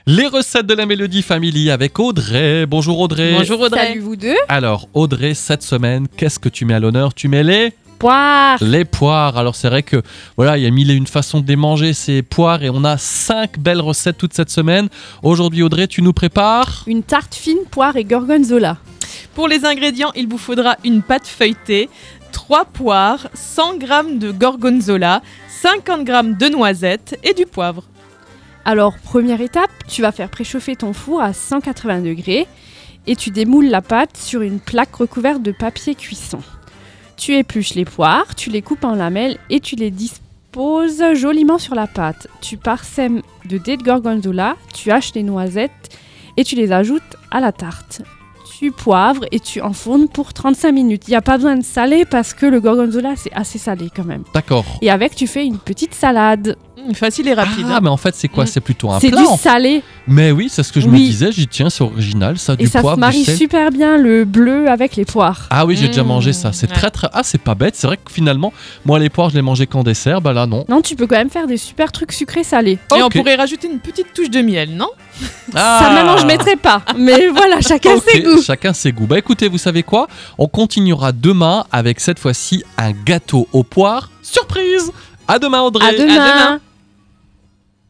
Les recettes de la Mélodie Family avec Audrey. Bonjour Audrey. Bonjour Audrey. Salut vous deux. Alors Audrey, cette semaine, qu'est-ce que tu mets à l'honneur? Tu mets Poire. les poires. Alors c'est vrai que voilà, il y a mille et une façons de les manger ces poires et on a 5 belles recettes toute cette semaine. Aujourd'hui Audrey, tu nous prépares Une tarte fine, poire et gorgonzola. Pour les ingrédients, il vous faudra une pâte feuilletée, 3 poires, 100 g de gorgonzola, 50 g de noisettes et du poivre. Alors, première étape, tu vas faire préchauffer ton four à 180 degrés et tu démoules la pâte sur une plaque recouverte de papier cuisson. Tu épluches les poires, tu les coupes en lamelles et tu les disposes joliment sur la pâte. Tu parsèmes de dés de gorgonzola, tu haches les noisettes et tu les ajoutes à la tarte. Tu poivres et tu enfournes pour 35 minutes. Il n'y a pas besoin de saler parce que le gorgonzola, c'est assez salé quand même. D'accord. Et avec, tu fais une petite salade. Facile et rapide. Ah, mais en fait, c'est quoi? C'est plutôt un C'est plat. du salé. Mais oui, c'est ce que je me Oui. disais. J'ai dit, tiens, c'est original, ça, Et du ça poivre, se marie du sel. super bien, le bleu avec les poires. Ah oui, j'ai déjà mangé ça. C'est ouais. très très. Ah, c'est pas bête. C'est vrai que finalement, moi, les poires, je les mangeais qu'en dessert. Bah là, non. Non, tu peux quand même faire des super trucs sucrés salés. Et on Ok. pourrait rajouter une petite touche de miel, non? Ça, maintenant, je mettrai pas. Mais voilà, chacun Ok, ses goûts. chacun ses goûts. Bah écoutez, vous savez quoi? On continuera demain avec cette fois-ci un gâteau aux poires. Surprise! À demain Audrey! À demain. demain.